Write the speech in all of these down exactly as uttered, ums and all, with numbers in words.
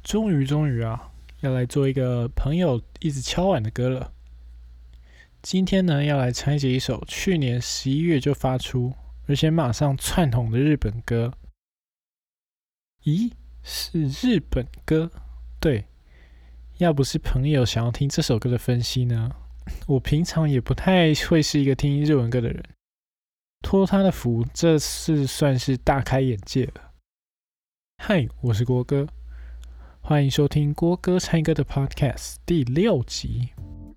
终于终于啊，要来做一个朋友一直敲碗的歌了。今天呢，要来拆解一首去年十一月就发出，而且马上窜红的日本歌。咦，是日本歌？对，要不是朋友想要听这首歌的分析呢，我平常也不太会是一个听日文歌的人。托他的福，这次算是大开眼界了。嗨，我是郭哥。欢迎收听郭哥猜歌的 Podcast 第六集。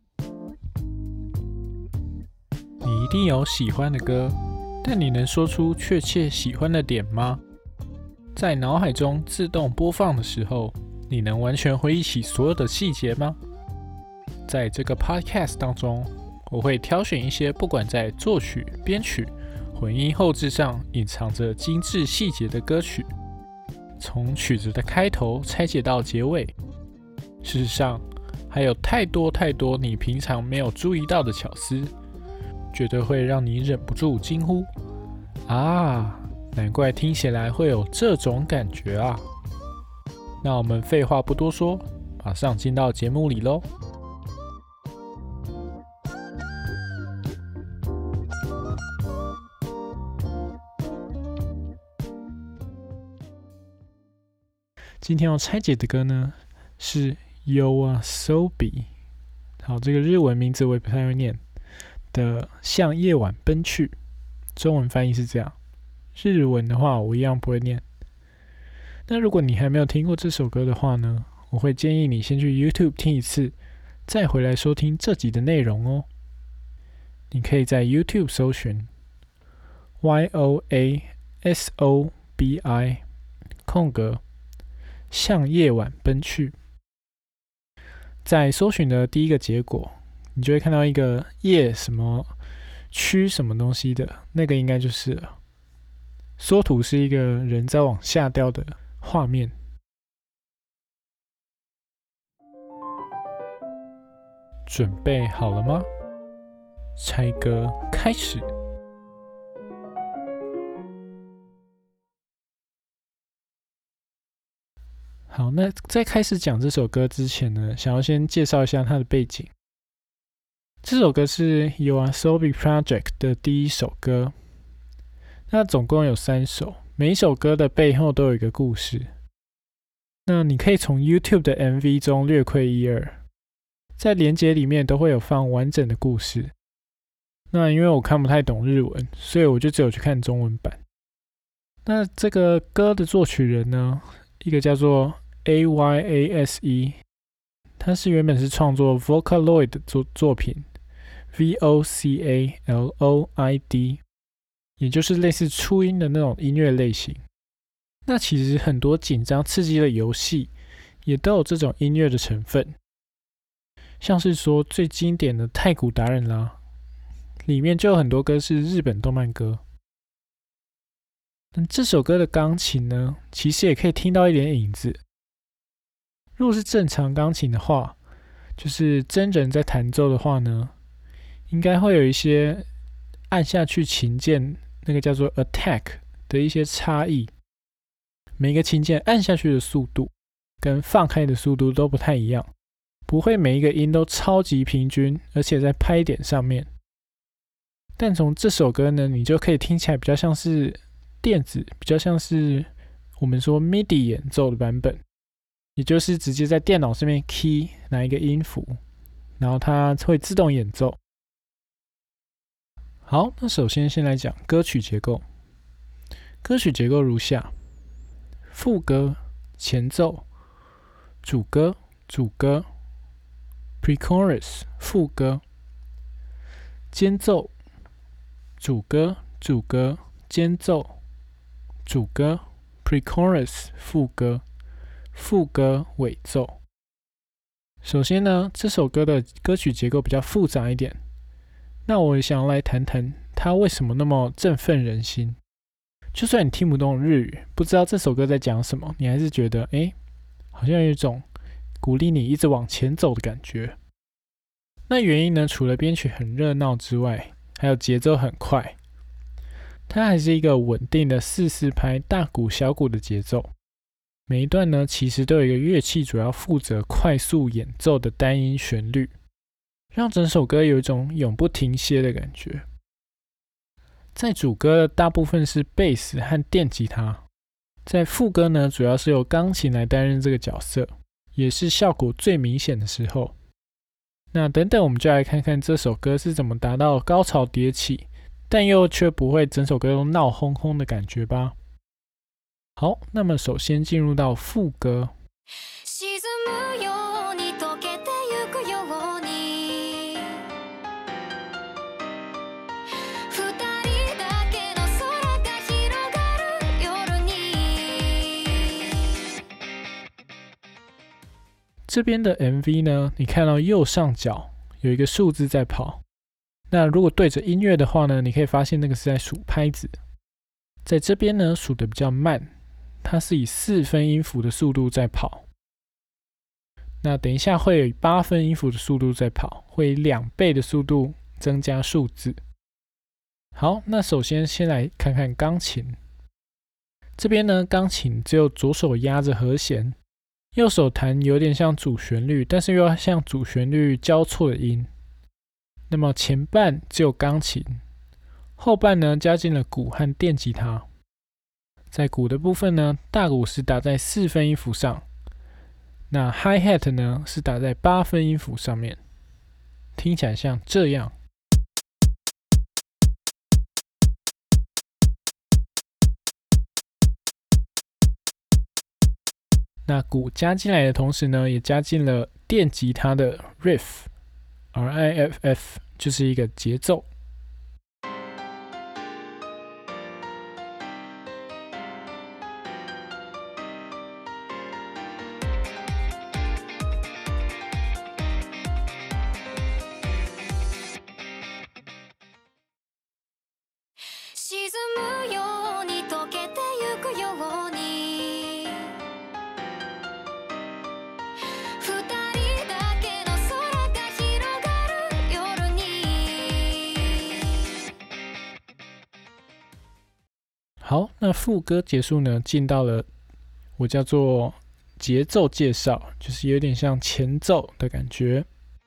你一定有喜欢的歌，但你能说出确切喜欢的点吗？在脑海中自动播放的时候，你能完全回忆起所有的细节吗？在这个 Podcast 当中，我会挑选一些不管在作曲、编曲、混音后制上隐藏着精致细节的歌曲。从曲子的开头拆解到结尾，事实上还有太多太多你平常没有注意到的巧思，绝对会让你忍不住惊呼啊！难怪听起来会有这种感觉啊！那我们废话不多说，马上进到节目里咯。今天要拆解的歌呢是 YOASOBI， 好，这个日文名字我也不太会念的，向夜晚奔去，中文翻译是这样，日文的话我一样不会念。那如果你还没有听过这首歌的话呢，我会建议你先去 YouTube 听一次，再回来收听这集的内容哦。你可以在 YouTube 搜寻 Y O A S O B I 空格向夜晚奔去，在搜寻的第一个结果，你就会看到一个夜什么区什么东西的，那个应该就是了。缩图是一个人在往下掉的画面。准备好了吗？猜歌开始。好，那在开始讲这首歌之前呢，想要先介绍一下它的背景。这首歌是 YOASOBI Project 的第一首歌，那总共有三首，每一首歌的背后都有一个故事。那你可以从 YouTube 的 M V 中略窥一二，在连结里面都会有放完整的故事。那因为我看不太懂日文，所以我就只有去看中文版。那这个歌的作曲人呢，一个叫做A Y A S E， 他是原本是创作 Vocaloid 的 作, 作品 V O C A L O I D， 也就是类似初音的那种音乐类型。那其实很多紧张刺激的游戏也都有这种音乐的成分，像是说最经典的太鼓达人啦，里面就有很多歌是日本动漫歌。但这首歌的钢琴呢，其实也可以听到一点影子。如果是正常钢琴的话，就是真人在弹奏的话呢，应该会有一些按下去琴键那个叫做 attack 的一些差异。每个琴键按下去的速度跟放开的速度都不太一样，不会每一个音都超级平均，而且在拍点上面。但从这首歌呢，你就可以听起来比较像是电子，比较像是我们说 M I D I 演奏的版本，也就是直接在电脑上面 key 哪一个音符，然后它会自动演奏。好，那首先先来讲歌曲结构。歌曲结构如下：副歌、前奏、主歌、主歌、Pre-chorus 副歌、间奏、主歌、主歌、间奏、主歌 Pre-chorus 副歌、副歌尾奏。首先呢，这首歌的歌曲结构比较复杂一点，那我想要来谈谈它为什么那么振奋人心。就算你听不懂日语，不知道这首歌在讲什么，你还是觉得诶，好像有一种鼓励你一直往前走的感觉。那原因呢，除了编曲很热闹之外，还有节奏很快，它还是一个稳定的四四拍大鼓小鼓的节奏。 每一段呢，其实都有一个乐器主要负责快速演奏的单音旋律，让整首歌有一种永不停歇的感觉。在主歌的大部分是贝斯和电吉他，在副歌呢，主要是由钢琴来担任这个角色，也是效果最明显的时候。那等等，我们就来看看这首歌是怎么达到高潮迭起，但又却不会整首歌都闹哄哄的感觉吧。好，那么首先进入到副歌。这边的 M V 呢，你看到右上角有一个数字在跑，那如果对着音乐的话呢，你可以发现那个是在数拍子。在这边呢，数的比较慢，它是以四分音符的速度在跑。那等一下会有以八分音符的速度在跑，会以两倍的速度增加数字。好，那首先先来看看钢琴。这边呢，钢琴只有左手压着和弦，右手弹有点像主旋律，但是又要像主旋律交错的音。那么前半只有钢琴，后半呢加进了鼓和电吉他。在鼓的部分呢，大鼓是打在四分音符上，那 Hi-Hat 呢是打在八分音符上面，听起来像这样。那鼓加进来的同时呢，也加进了电吉他的 riff，R I F F 就是一个节奏。好，那副歌结束呢，进到了我叫做节奏介绍，就是有点像前奏的感觉。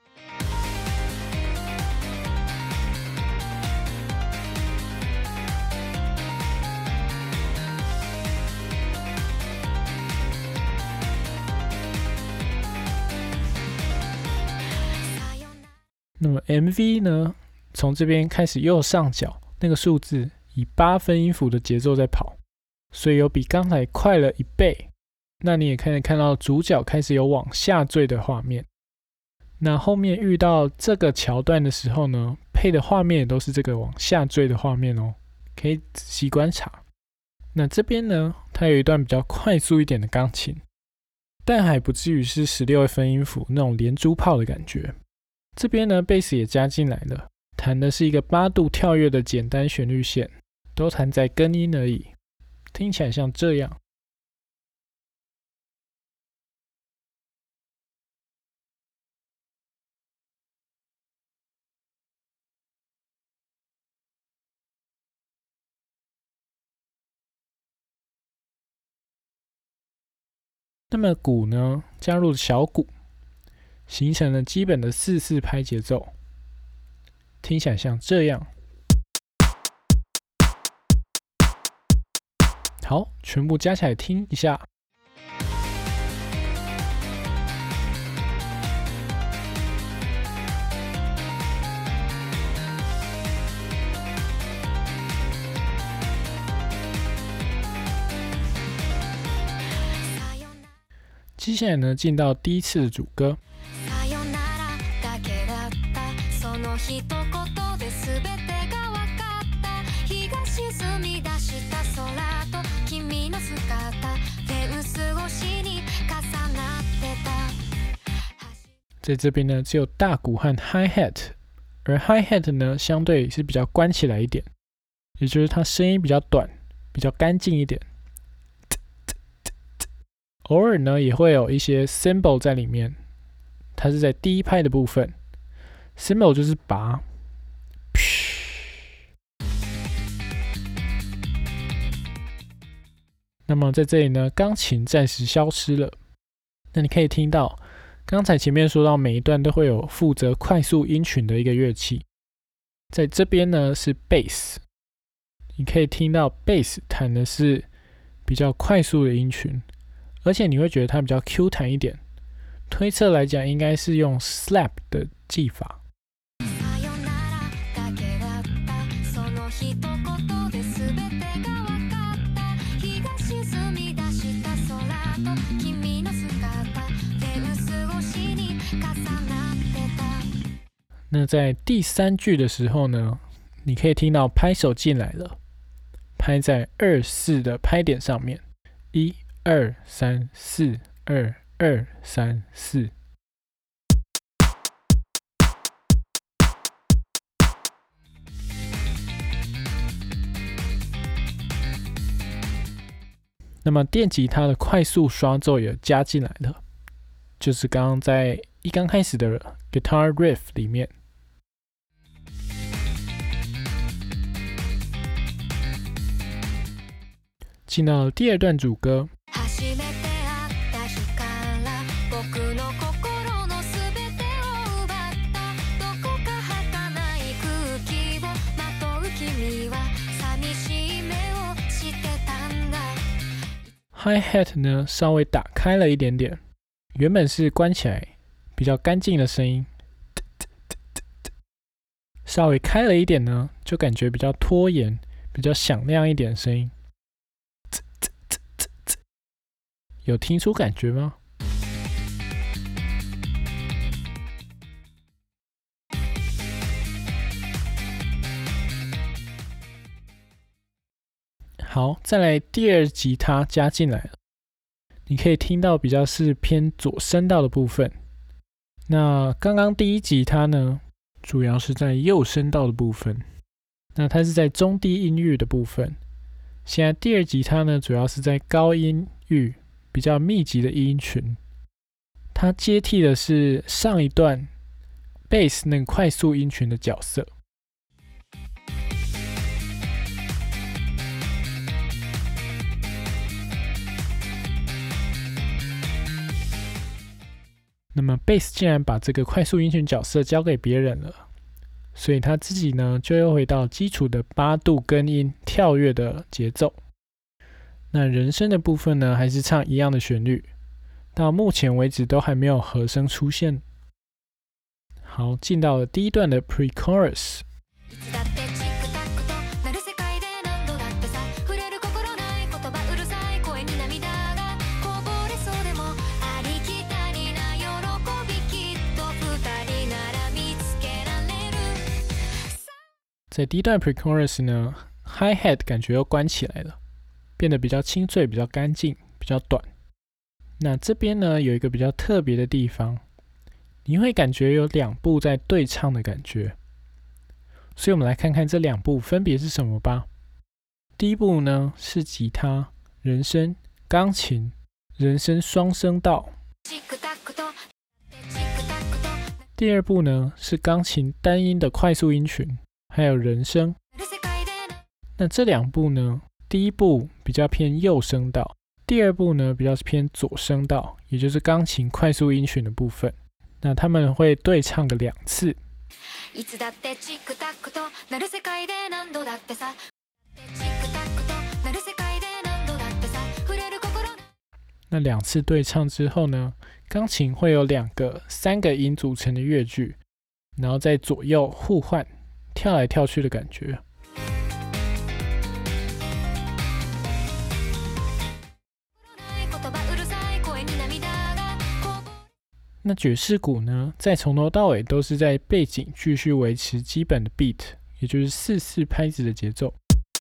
那么 M V 呢，从这边开始右上角那个数字以八分音符的节奏在跑，所以有比刚才快了一倍。那你也可以看到主角开始有往下坠的画面。那后面遇到这个桥段的时候呢，配的画面也都是这个往下坠的画面哦，可以仔细观察。那这边呢，它有一段比较快速一点的钢琴，但还不至于是十六分音符那种连珠炮的感觉。这边呢，贝斯也加进来了，弹的是一个八度跳跃的简单旋律线，都弹在根音而已，听起来像这样。那么鼓呢，加入了小鼓，形成了基本的四四拍节奏，听起来像这样。好，全部加起来听一下。接下来呢，进到第一次的主歌。在这边呢，只有大鼓和 Hi-Hat， 而 Hi-Hat 呢，相对是比较关起来一点，也就是它声音比较短，比较干净一点。偶尔呢，也会有一些 cymbal 在里面，它是在第一拍的部分 ，cymbal 就是拔。 那么在这里呢，钢琴暂时消失了。那你可以听到，刚才前面说到每一段都会有负责快速音群的一个乐器，在这边呢是 bass， 你可以听到 bass 弹的是比较快速的音群，而且你会觉得它比较 Q 弹一点。推测来讲，应该是用 slap 的技法。那在第三句的时候呢，你可以听到拍手进来了，拍在二四的拍点上面，一二三四，二二三四。那么电吉他的快速刷奏也加进来了，就是刚刚在一刚开始的 guitar riff 里面。进到第二段主歌，Hi-hat 呢稍微打开了一点点，原本是关起来比较干净的声音，稍微开了一点呢，就感觉比较拖延，比较响亮一点的声音。有听出感觉吗？好，再来第二吉他加进来了，你可以听到比较是偏左声道的部分。那刚刚第一吉他呢，主要是在右声道的部分，那它是在中低音域的部分。现在第二吉他呢，主要是在高音域比较密集的音群，它接替的是上一段 bass 那个快速音群的角色。那么 bass 竟然把这个快速音群角色交给别人了，所以他自己呢就又回到基础的八度根音跳跃的节奏。那人声的部分呢，还是唱一样的旋律，到目前为止都还没有和声出现。好，进到了第一段的 pre-chorus。在第一段 pre-chorus 呢 ，hi-hat 感觉又关起来了，变得比较清脆、比较干净、比较短。那这边呢有一个比较特别的地方，你会感觉有两部在对唱的感觉。所以我们来看看这两部分别是什么吧。第一部呢是吉他、人声、钢琴、人声双声道。第二部呢是钢琴单音的快速音群。还有人声，那这两部呢，第一部比较偏右声道，第二部呢比较偏左声道，也就是钢琴快速音群的部分。那他们会对唱个两次。那两次对唱之后呢，钢琴会有两个、三个音组成的乐句，然后在左右互换。跳来跳去的感觉。那爵士鼓呢，在从头到尾都是在背景继续维持基本的 beat， 也就是四四拍子的节奏。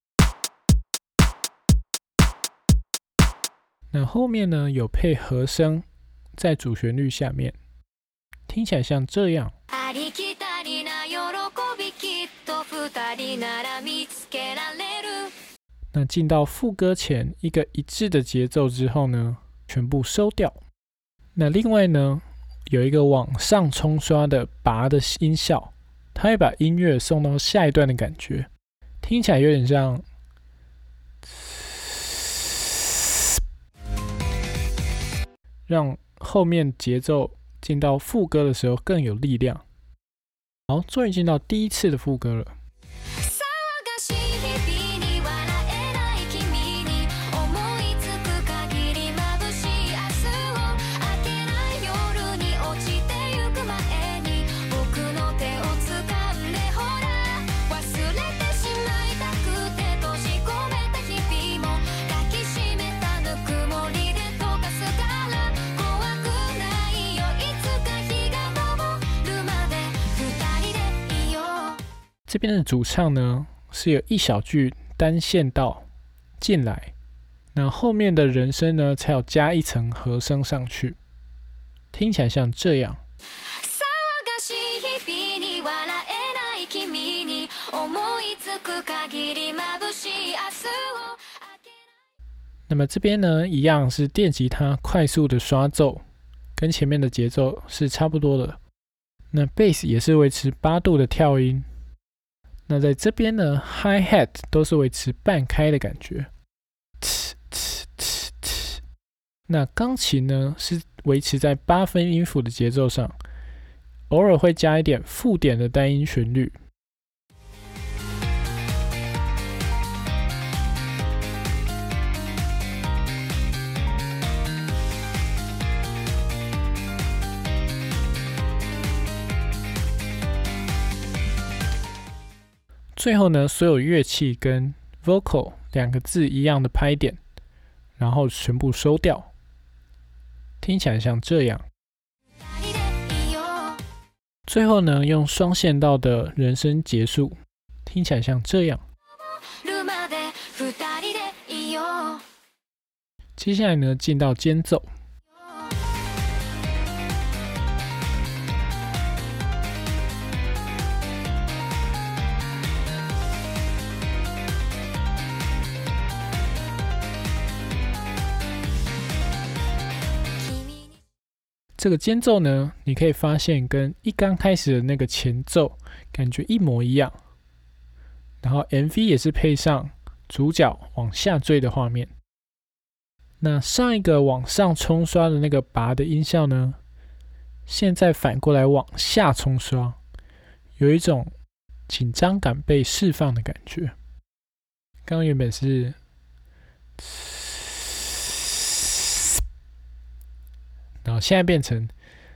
那后面呢，有配和声在主旋律下面，听起来像这样。那进到副歌前一个一致的节奏之后呢，全部收掉。那另外呢，有一个往上冲刷的拔的音效，它会把音乐送到下一段的感觉，听起来有点像让后面节奏进到副歌的时候更有力量。好，终于进到第一次的副歌了。这边的主唱呢是有一小句单线道进来，那后面的人声呢才有加一层和声上去，听起来像这样。那么这边呢一样是电吉他快速的刷奏，跟前面的节奏是差不多的。那 bass 也是维持八度的跳音。那在这边呢 hi-hat 都是维持半开的感觉。那钢琴呢是维持在八分音符的节奏上，偶尔会加一点附点的单音旋律。最后呢，所有乐器跟 vocal 两个字一样的拍点，然后全部收掉，听起来像这样。最后呢，用双线道的人声结束，听起来像这样。接下来呢，进到间奏。这个间奏呢，你可以发现跟一刚开始的那个前奏感觉一模一样，然后 M V 也是配上主角往下坠的画面。那上一个往上冲刷的那个拔的音效呢，现在反过来往下冲刷，有一种紧张感被释放的感觉。刚刚原本是然后现在变成，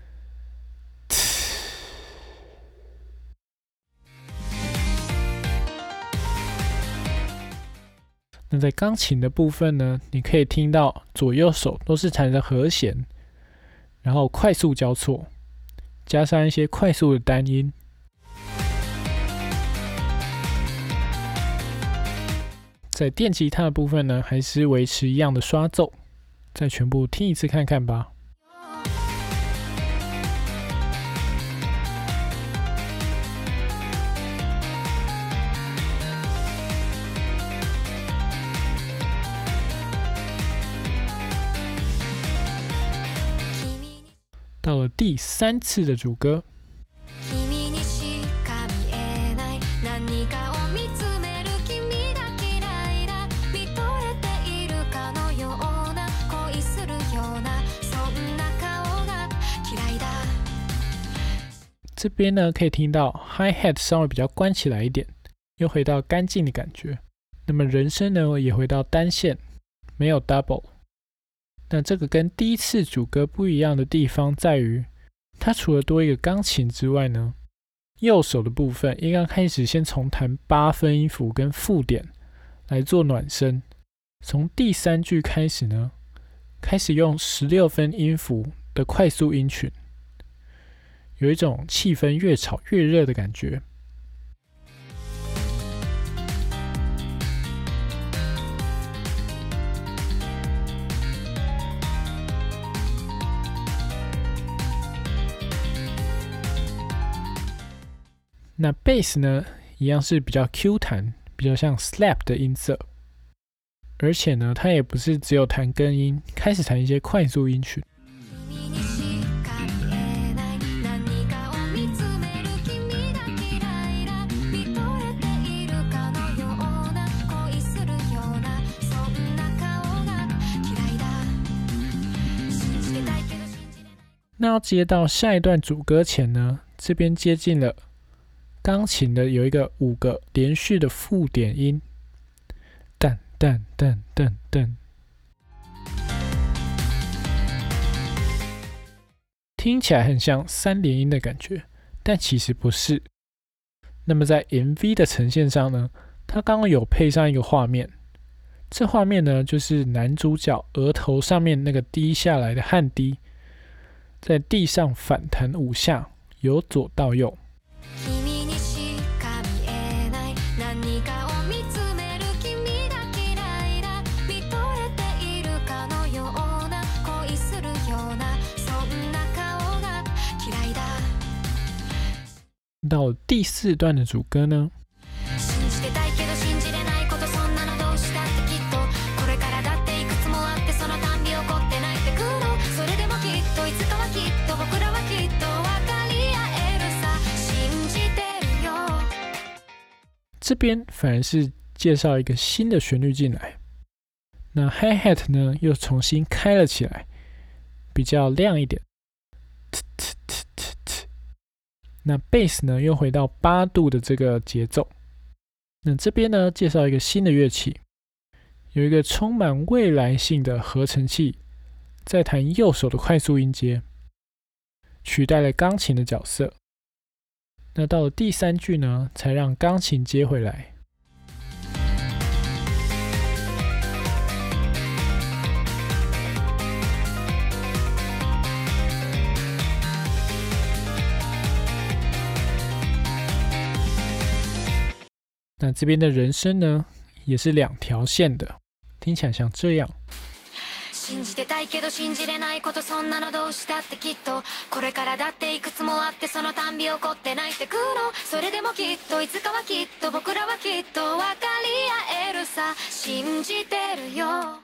那在钢琴的部分呢，你可以听到左右手都是弹着和弦，然后快速交错，加上一些快速的单音。在电吉他的部分呢，还是维持一样的刷奏，再全部听一次看看吧。到了第三次的主歌，这边呢可以听到 hi-hat 稍微比较关起来一点，又回到干净的感觉。那么人声呢也回到单线，没有 double。那这个跟第一次主歌不一样的地方在于，它除了多一个钢琴之外呢，右手的部分一刚开始先从弹八分音符跟附点来做暖身，从第三句开始呢，开始用十六分音符的快速音群，有一种气氛越炒越热的感觉。那 bass 呢，一样是比较 Q 弹，比较像 slap 的音色，而且呢，它也不是只有弹根音，开始弹一些快速音群。 那要接到下一段主歌前呢，这边接近了钢琴的有一个五个连续的附点音，噔噔噔噔噔，听起来很像三连音的感觉，但其实不是。那么在 M V 的呈现上呢，它刚刚有配上一个画面，这画面呢就是男主角额头上面那个滴下来的汗滴，在地上反弹五下，由左到右。到第四段的主歌呢，这边反而是介绍一个新的旋律进来，那 Hi-Hat 呢又重新开了起来，比较亮一点。那 Bass 呢又回到八度的这个节奏。那这边呢介绍一个新的乐器，有一个充满未来性的合成器，在弹右手的快速音阶，取代了钢琴的角色。那到了第三句呢，才让钢琴接回来。那这边的人声呢，也是两条线的，听起来像这样。信じてたいけど信じれないことそんなのどうしたってきっとこれからだっていくつもあってそのたんび起こって泣いてくのそれでもきっといつかはきっと僕らはきっと分かり合えるさ信じてるよ。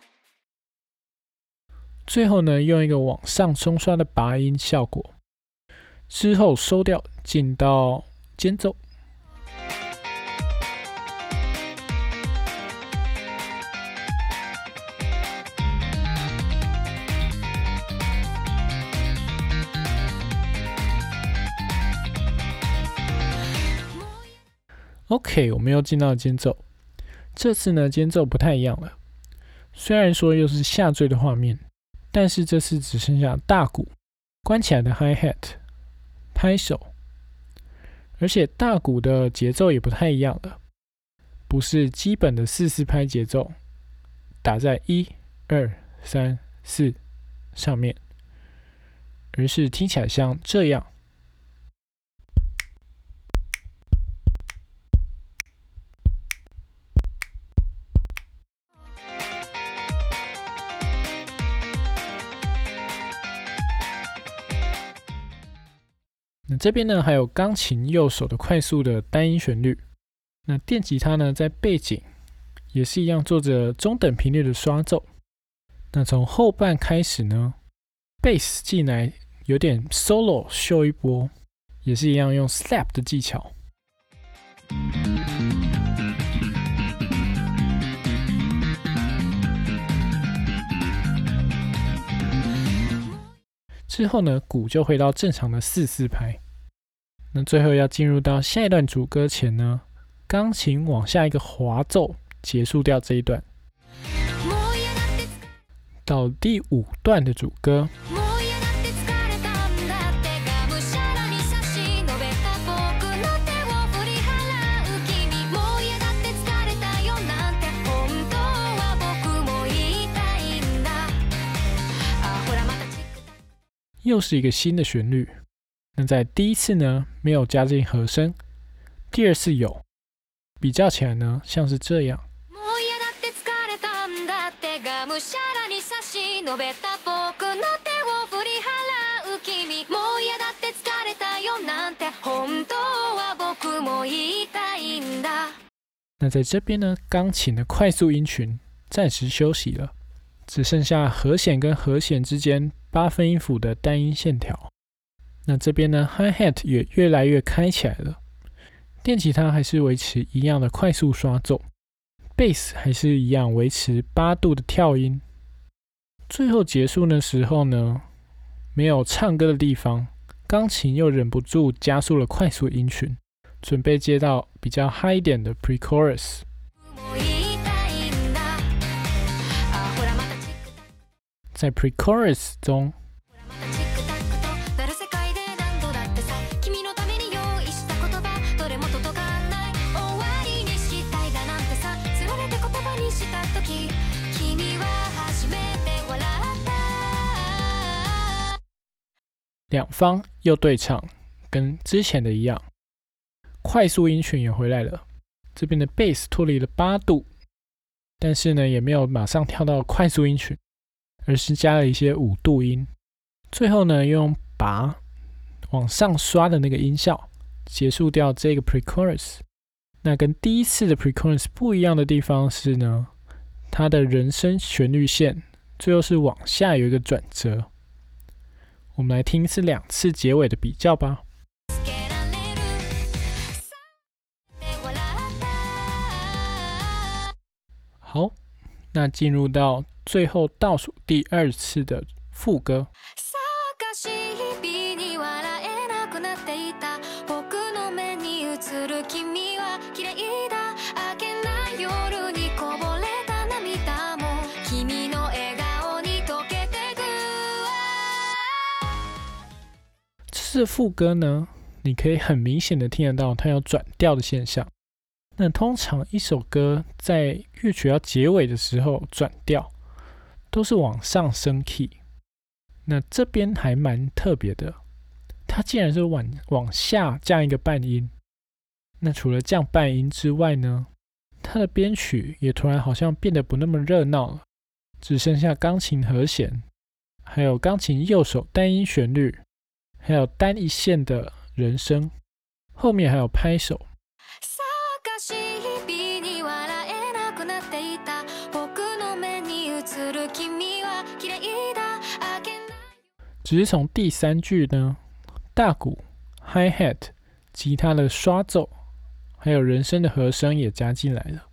最后呢，用一个往上冲刷的拔音效果，之后收掉，进到间奏。OK， 我们又进到了间奏。这次呢，间奏不太一样了。虽然说又是下坠的画面，但是这次只剩下大鼓、关起来的 Hi-Hat、拍手，而且大鼓的节奏也不太一样了，不是基本的四四拍节奏，打在一、二、三、四上面，而是听起来像这样。那这边呢，还有钢琴右手的快速的单音旋律。那电吉他呢，在背景也是一样做着中等频率的刷奏。那从后半开始呢 ，Bass 进来有点 solo 秀一波，也是一样用 slap 的技巧。之后呢，鼓就回到正常的四四拍。那最后要进入到下一段主歌前呢，钢琴往下一个滑奏，结束掉这一段。到第五段的主歌。又是一个新的旋律。那在第一次呢，没有加进和声，第二次有，比较起来呢，像是这样。那在这边呢，钢琴的快速音群暂时休息了，只剩下和弦跟和弦之间八分音符的单音线条。那这边呢 ，Hi-Hat 也越来越开起来了，电吉他还是维持一样的快速刷奏 ，Bass 还是一样维持八度的跳音。最后结束的时候呢， 没有唱歌的地方，钢琴又忍不住加速了快速音群，准备接到比较嗨一点的 pre-chorus。在 pre-chorus 中，两方又对唱，跟之前的一样，快速音群也回来了。这边的 bass 脱离了八度，但是呢，也没有马上跳到快速音群，而是加了一些五度音。最后呢，又用拔往上刷的那个音效结束掉这个 pre-chorus。那跟第一次的 pre-chorus 不一样的地方是呢，它的人声旋律线最后是往下有一个转折。我们来听一次两次结尾的比较吧。好，那进入到最后倒数第二次的副歌。这次副歌呢，你可以很明显的听得到它有转调的现象。那通常一首歌在乐曲要结尾的时候转调，都是往上升 key。那这边还蛮特别的，它竟然是往往下降一个半音。那除了降半音之外呢，它的编曲也突然好像变得不那么热闹了，只剩下钢琴和弦，还有钢琴右手单音旋律，还有单一线的人声，后面还有拍手。只是从第三句呢，大鼓、hi-hat、吉他的刷奏，还有人声的和声也加进来了。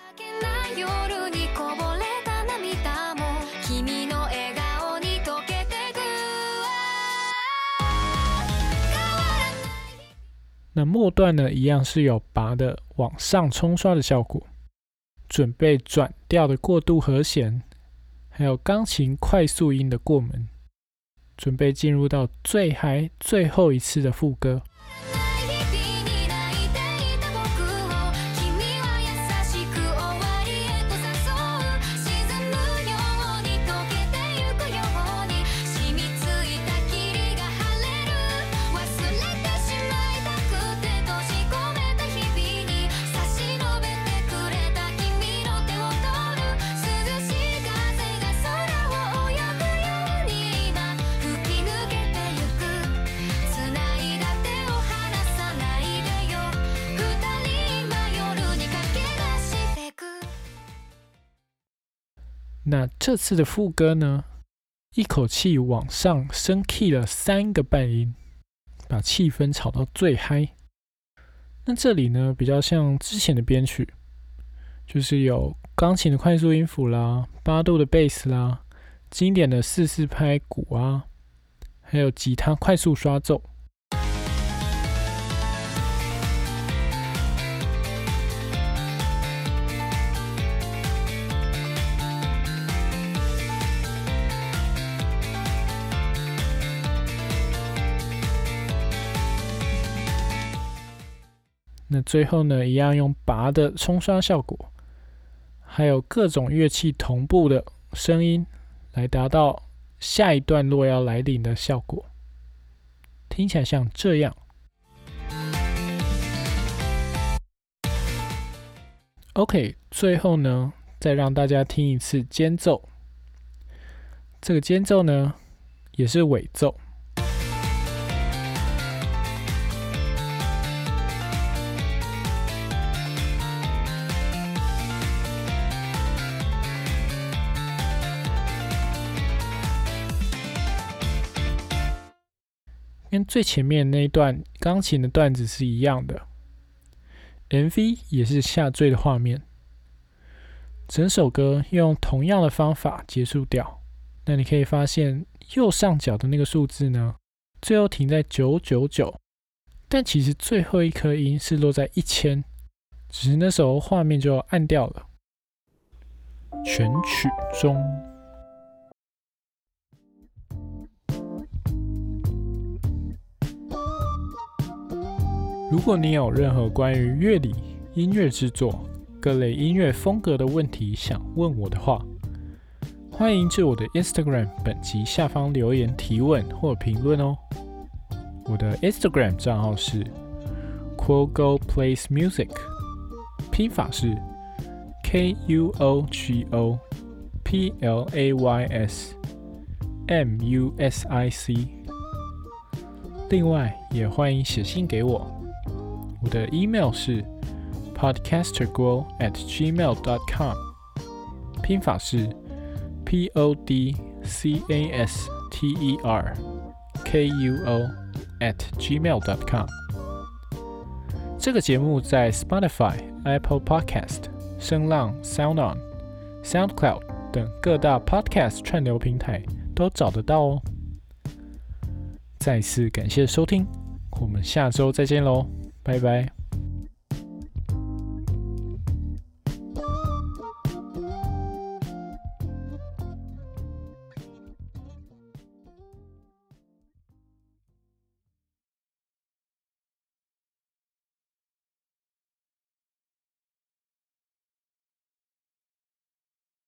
那末段呢，一样是有拔的往上冲刷的效果，准备转调的过渡和弦，还有钢琴快速音的过门，准备进入到最嗨最后一次的副歌。那这次的副歌呢，一口气往上升 key 了三个半音，把气氛炒到最嗨。那这里呢，比较像之前的编曲，就是有钢琴的快速音符啦，八度的贝斯啦，经典的四四拍鼓啊，还有吉他快速刷奏。那最后呢，一样用拔的冲刷效果，还有各种乐器同步的声音，来达到下一段落要来临的效果。听起来像这样。OK， 最后呢，再让大家听一次间奏。这个间奏呢，也是尾奏。跟最前面那一段钢琴的段子是一样的 ，M V 也是下坠的画面，整首歌用同样的方法结束掉。那你可以发现右上角的那个数字呢，最后停在九九九，但其实最后一颗音是落在一千，只是那时候画面就暗掉了。全曲终。如果你有任何关于乐理、音乐制作、各类音乐风格的问题想问我的话，欢迎至我的 Instagram 本集下方留言提问或评论哦。我的 Instagram 账号是 Quogo Plays Music， 拼法是 K U O G O P L A Y S M U S I C。另外，也欢迎写信给我，我的 email 是 podcasterguo at gmail dot com， 拼法是 P O D C A S T E R K U O at gmail dot com。 这个节目在 Spotify、Apple Podcast、声浪、SoundOn、SoundCloud 等各大 Podcast 串流平台都找得到哦。再次感谢收听，我们下周再见喽，拜拜。